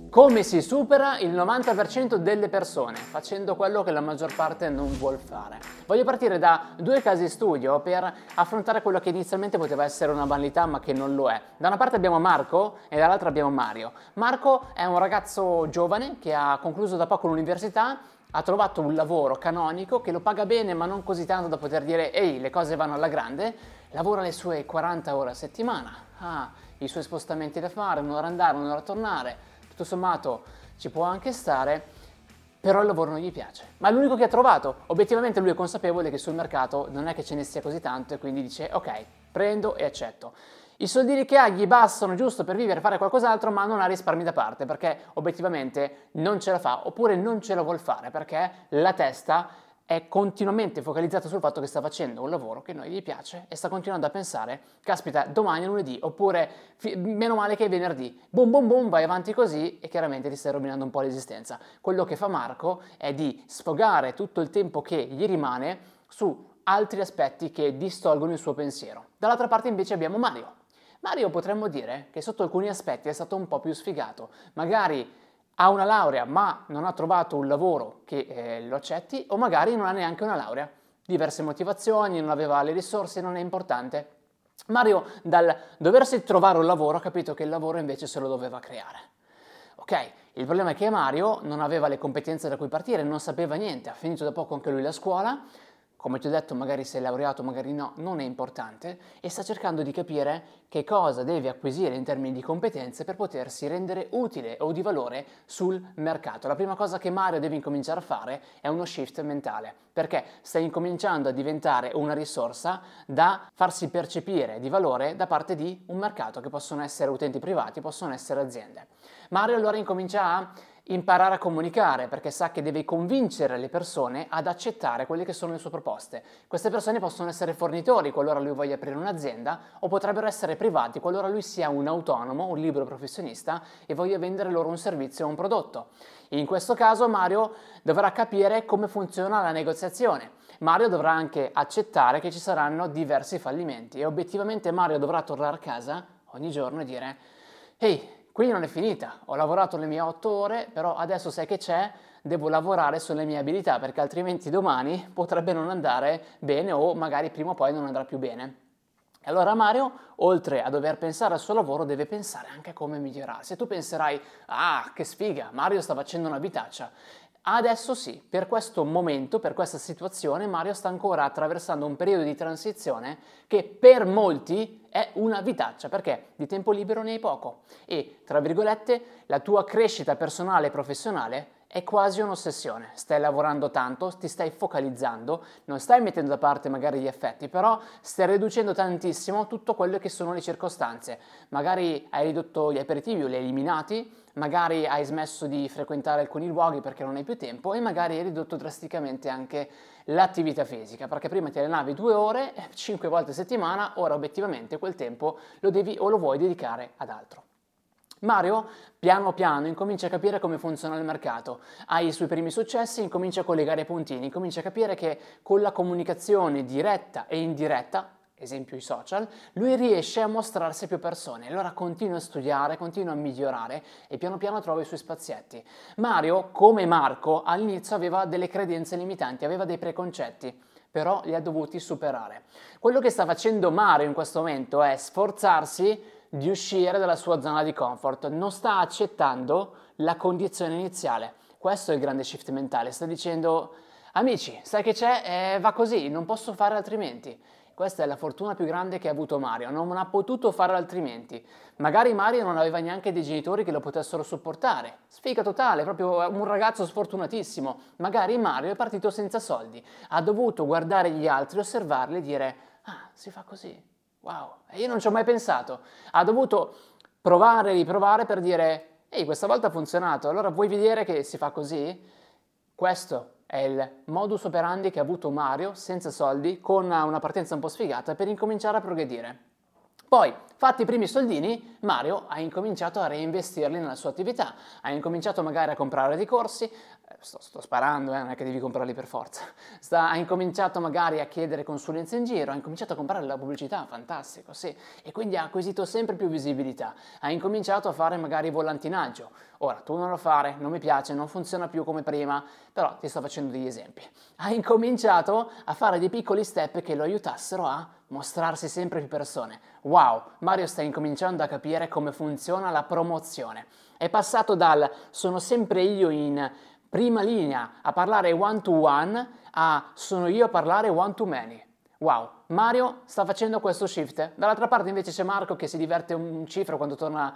Come si supera il 90% delle persone facendo quello che la maggior parte non vuol fare? Voglio partire da due casi studio per affrontare quello che inizialmente poteva essere una banalità ma che non lo è. Da una parte abbiamo Marco e dall'altra abbiamo Mario. Marco è un ragazzo giovane che ha concluso da poco l'università, ha trovato un lavoro canonico che lo paga bene ma non così tanto da poter dire ehi, le cose vanno alla grande, lavora le sue 40 ore a settimana, ha i suoi spostamenti da fare, un'ora andare, un'ora tornare, tutto sommato ci può anche stare, però il lavoro non gli piace. Ma è l'unico che ha trovato. Obiettivamente lui è consapevole che sul mercato non è che ce ne sia così tanto e quindi dice ok, prendo e accetto. I soldini che ha gli bastano giusto per vivere e fare qualcos'altro, ma non ha risparmi da parte perché obiettivamente non ce la fa oppure non ce la vuol fare perché la testa è continuamente focalizzata sul fatto che sta facendo un lavoro che non gli piace e sta continuando a pensare, caspita, domani è lunedì, oppure meno male che è venerdì, boom boom boom, vai avanti così e chiaramente ti stai rovinando un po' l'esistenza. Quello che fa Marco è di sfogare tutto il tempo che gli rimane su altri aspetti che distolgono il suo pensiero. Dall'altra parte invece abbiamo Mario. Mario potremmo dire che sotto alcuni aspetti è stato un po' più sfigato, magari ha una laurea ma non ha trovato un lavoro che lo accetti o magari non ha neanche una laurea, diverse motivazioni, non aveva le risorse, non è importante. Mario dal doversi trovare un lavoro ha capito che il lavoro invece se lo doveva creare. Ok, il problema è che Mario non aveva le competenze da cui partire, non sapeva niente, ha finito da poco anche lui la scuola, come ti ho detto magari sei laureato, magari no, non è importante, e sta cercando di capire che cosa deve acquisire in termini di competenze per potersi rendere utile o di valore sul mercato. La prima cosa che Mario deve incominciare a fare è uno shift mentale, perché sta incominciando a diventare una risorsa da farsi percepire di valore da parte di un mercato, che possono essere utenti privati, possono essere aziende. Mario allora incomincia a imparare a comunicare perché sa che deve convincere le persone ad accettare quelle che sono le sue proposte. Queste persone possono essere fornitori qualora lui voglia aprire un'azienda o potrebbero essere privati qualora lui sia un autonomo, un libero professionista e voglia vendere loro un servizio o un prodotto. In questo caso Mario dovrà capire come funziona la negoziazione. Mario dovrà anche accettare che ci saranno diversi fallimenti e obiettivamente Mario dovrà tornare a casa ogni giorno e dire ehi, qui non è finita, ho lavorato le mie 8 ore, però adesso sai che c'è, devo lavorare sulle mie abilità perché altrimenti domani potrebbe non andare bene o magari prima o poi non andrà più bene. E allora Mario, oltre a dover pensare al suo lavoro, deve pensare anche a come migliorarsi. E tu penserai, ah, che sfiga, Mario sta facendo una vitaccia. Adesso sì, per questo momento, per questa situazione, Mario sta ancora attraversando un periodo di transizione che per molti è una vitaccia, perché di tempo libero ne hai poco e, tra virgolette, la tua crescita personale e professionale è quasi un'ossessione. Stai lavorando tanto, ti stai focalizzando, non stai mettendo da parte magari gli effetti, però stai riducendo tantissimo tutto quello che sono le circostanze. Magari hai ridotto gli aperitivi o li hai eliminati, magari hai smesso di frequentare alcuni luoghi perché non hai più tempo e magari hai ridotto drasticamente anche l'attività fisica, perché prima ti allenavi 2 ore, 5 volte a settimana, ora obiettivamente quel tempo lo devi o lo vuoi dedicare ad altro. Mario, piano piano, incomincia a capire come funziona il mercato, ha i suoi primi successi, incomincia a collegare i puntini, incomincia a capire che con la comunicazione diretta e indiretta, esempio i social, lui riesce a mostrarsi a più persone, allora continua a studiare, continua a migliorare e piano piano trova i suoi spazietti. Mario, come Marco, all'inizio aveva delle credenze limitanti, aveva dei preconcetti, però li ha dovuti superare. Quello che sta facendo Mario in questo momento è sforzarsi di uscire dalla sua zona di comfort, non sta accettando la condizione iniziale. Questo è il grande shift mentale, sta dicendo amici, sai che c'è? Va così, non posso fare altrimenti. Questa è la fortuna più grande che ha avuto Mario, non ha potuto fare altrimenti. Magari Mario non aveva neanche dei genitori che lo potessero supportare. Sfiga totale, proprio un ragazzo sfortunatissimo. Magari Mario è partito senza soldi, ha dovuto guardare gli altri, osservarli e dire ah, si fa così. Wow, e io non ci ho mai pensato. Ha dovuto provare e riprovare per dire ehi, questa volta ha funzionato, allora vuoi vedere che si fa così? Questo è il modus operandi che ha avuto Mario, senza soldi, con una partenza un po' sfigata, per incominciare a progredire. Poi, fatti i primi soldini, Mario ha incominciato a reinvestirli nella sua attività, ha incominciato magari a comprare dei corsi, sto sparando, non è che devi comprarli per forza, ha incominciato magari a chiedere consulenze in giro, ha incominciato a comprare la pubblicità, fantastico, sì, e quindi ha acquisito sempre più visibilità, ha incominciato a fare magari volantinaggio, Ora, tu non lo fare, non mi piace, non funziona più come prima, però ti sto facendo degli esempi. Ha incominciato a fare dei piccoli step che lo aiutassero a mostrarsi sempre più persone. Wow, Mario sta incominciando a capire come funziona la promozione. È passato dal sono sempre io in prima linea a parlare one to one a sono io a parlare one to many. Wow, Mario sta facendo questo shift. Dall'altra parte invece c'è Marco che si diverte un cifro quando torna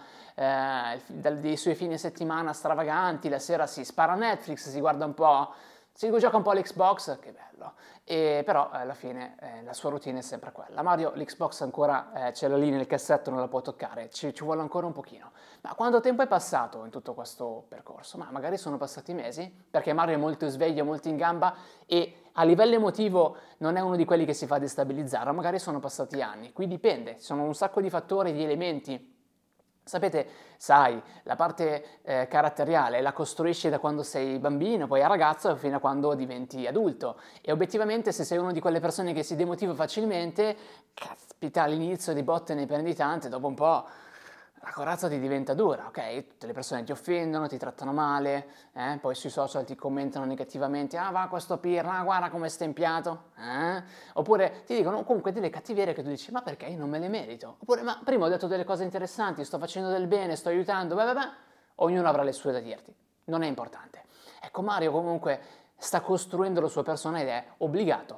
dai suoi fine settimana stravaganti, la sera si spara Netflix, si guarda un po', si gioca un po' all'Xbox, che bello. Però alla fine la sua routine è sempre quella. Mario l'Xbox ancora ce l'ha lì nel cassetto, non la può toccare, ci vuole ancora un pochino. Ma quanto tempo è passato in tutto questo percorso? Ma magari sono passati mesi, perché Mario è molto sveglio, molto in gamba e a livello emotivo non è uno di quelli che si fa destabilizzare, magari sono passati anni. Qui dipende, ci sono un sacco di fattori, di elementi. Sapete, sai, la parte caratteriale la costruisci da quando sei bambino, poi ragazzo, fino a quando diventi adulto. E obiettivamente se sei una di quelle persone che si demotiva facilmente, caspita, all'inizio di botte ne prendi tante, dopo un po' la corazza ti diventa dura, ok? Tutte le persone ti offendono, ti trattano male, poi sui social ti commentano negativamente, ah va questo pirla, guarda come è stempiato, oppure ti dicono comunque delle cattiverie che tu dici, ma perché io non me le merito? Oppure, ma prima ho detto delle cose interessanti, sto facendo del bene, sto aiutando, beh, ognuno avrà le sue da dirti, non è importante. Ecco, Mario comunque sta costruendo la sua persona ed è obbligato,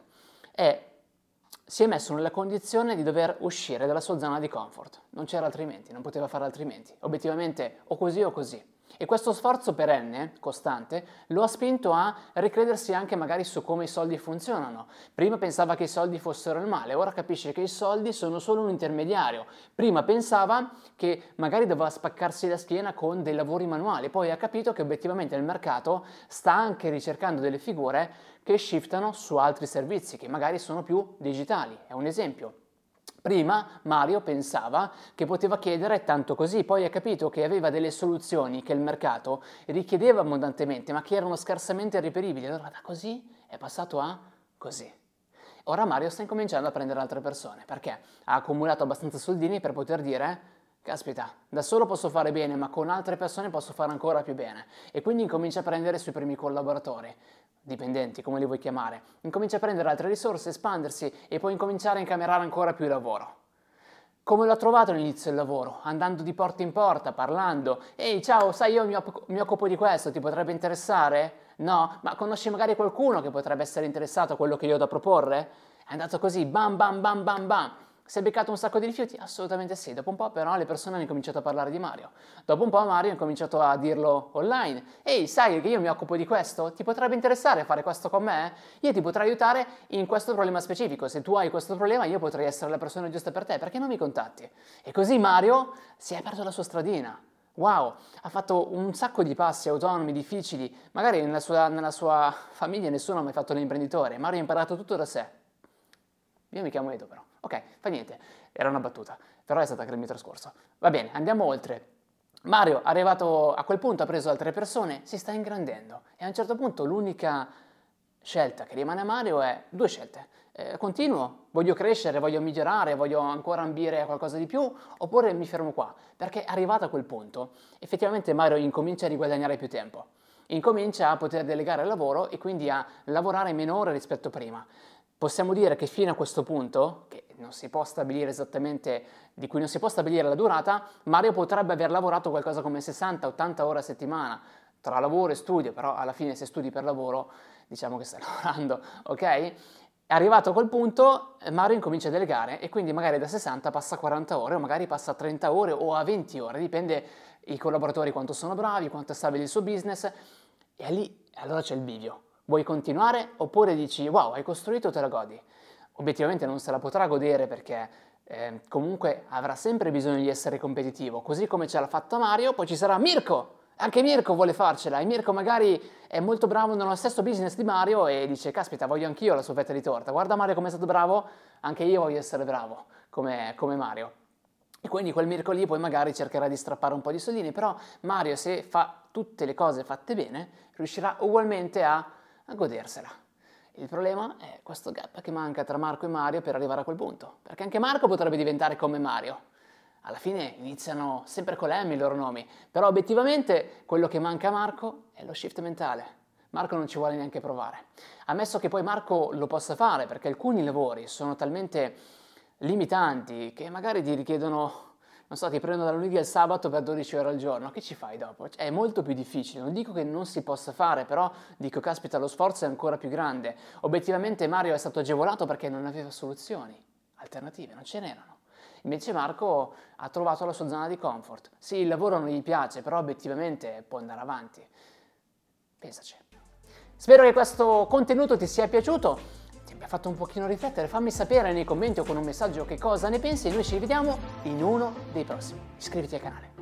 si è messo nella condizione di dover uscire dalla sua zona di comfort. Non c'era altrimenti, non poteva fare altrimenti. Obiettivamente o così o così. E questo sforzo perenne, costante, lo ha spinto a ricredersi anche magari su come i soldi funzionano. Prima pensava che i soldi fossero il male, ora capisce che i soldi sono solo un intermediario. Prima pensava che magari doveva spaccarsi la schiena con dei lavori manuali, poi ha capito che obiettivamente il mercato sta anche ricercando delle figure che shiftano su altri servizi, che magari sono più digitali. È un esempio. Prima Mario pensava che poteva chiedere tanto così, poi ha capito che aveva delle soluzioni che il mercato richiedeva abbondantemente, ma che erano scarsamente reperibili. Allora da così è passato a così. Ora Mario sta incominciando a prendere altre persone, perché ha accumulato abbastanza soldini per poter dire caspita, da solo posso fare bene, ma con altre persone posso fare ancora più bene. E quindi incomincia a prendere i suoi primi collaboratori, dipendenti, come li vuoi chiamare. Incomincia a prendere altre risorse, espandersi e poi incominciare a incamerare ancora più lavoro. Come l'ho trovato all'inizio il lavoro? Andando di porta in porta, parlando. Ehi, ciao, sai, io mi occupo di questo, ti potrebbe interessare? No? Ma conosci magari qualcuno che potrebbe essere interessato a quello che io ho da proporre? È andato così, bam, bam, bam, bam, bam. Si è beccato un sacco di rifiuti? Assolutamente sì. Dopo un po' però le persone hanno incominciato a parlare di Mario. Dopo un po' Mario ha incominciato a dirlo online. Ehi, sai che io mi occupo di questo? Ti potrebbe interessare fare questo con me? Io ti potrei aiutare in questo problema specifico. Se tu hai questo problema io potrei essere la persona giusta per te. Perché non mi contatti? E così Mario si è aperto la sua stradina. Wow, ha fatto un sacco di passi autonomi, difficili. Magari nella sua famiglia nessuno ha mai fatto l'imprenditore. Mario ha imparato tutto da sé. Io mi chiamo Edo però. Ok, fa niente, era una battuta, però è stata anche il mio trascorso. Va bene, andiamo oltre. Mario, arrivato a quel punto, ha preso altre persone, si sta ingrandendo e a un certo punto l'unica scelta che rimane a Mario è due scelte. Continuo, voglio crescere, voglio migliorare, voglio ancora ambire a qualcosa di più, oppure mi fermo qua, perché arrivato a quel punto, effettivamente Mario incomincia a riguadagnare più tempo, incomincia a poter delegare il lavoro e quindi a lavorare meno ore rispetto a prima. Possiamo dire che fino a questo punto, che non si può stabilire esattamente, di cui non si può stabilire la durata, Mario potrebbe aver lavorato qualcosa come 60-80 ore a settimana, tra lavoro e studio, però alla fine se studi per lavoro diciamo che stai lavorando, ok? È arrivato a quel punto, Mario incomincia a delegare e quindi magari da 60 passa a 40 ore o magari passa a 30 ore o a 20 ore, dipende i collaboratori quanto sono bravi, quanto è stabile il suo business e lì allora c'è il bivio. Vuoi continuare oppure dici wow, hai costruito, te la godi? Obiettivamente non se la potrà godere perché comunque avrà sempre bisogno di essere competitivo, così come ce l'ha fatto Mario, poi ci sarà Mirko, anche Mirko vuole farcela e Mirko magari è molto bravo nello stesso business di Mario e dice caspita voglio anch'io la sua fetta di torta, guarda Mario come è stato bravo, anche io voglio essere bravo come Mario. E quindi quel Mirko lì poi magari cercherà di strappare un po' di soldini, però Mario se fa tutte le cose fatte bene riuscirà ugualmente a godersela. Il problema è questo gap che manca tra Marco e Mario per arrivare a quel punto, perché anche Marco potrebbe diventare come Mario. alla fine iniziano sempre con la M i loro nomi, però obiettivamente quello che manca a Marco è lo shift mentale. Marco non ci vuole neanche provare. Ammesso che poi Marco lo possa fare, perché alcuni lavori sono talmente limitanti che magari ti richiedono, non so, ti prendono dal lunedì al sabato per 12 ore al giorno, che ci fai dopo? È molto più difficile, non dico che non si possa fare, però dico, caspita, lo sforzo è ancora più grande. Obiettivamente Mario è stato agevolato perché non aveva soluzioni alternative, non ce n'erano. Invece Marco ha trovato la sua zona di comfort. Sì, il lavoro non gli piace, però obiettivamente può andare avanti. Pensaci. Spero che questo contenuto ti sia piaciuto, ti abbia fatto un pochino riflettere. Fammi sapere nei commenti o con un messaggio che cosa ne pensi e noi ci vediamo in uno dei prossimi. Iscriviti al canale.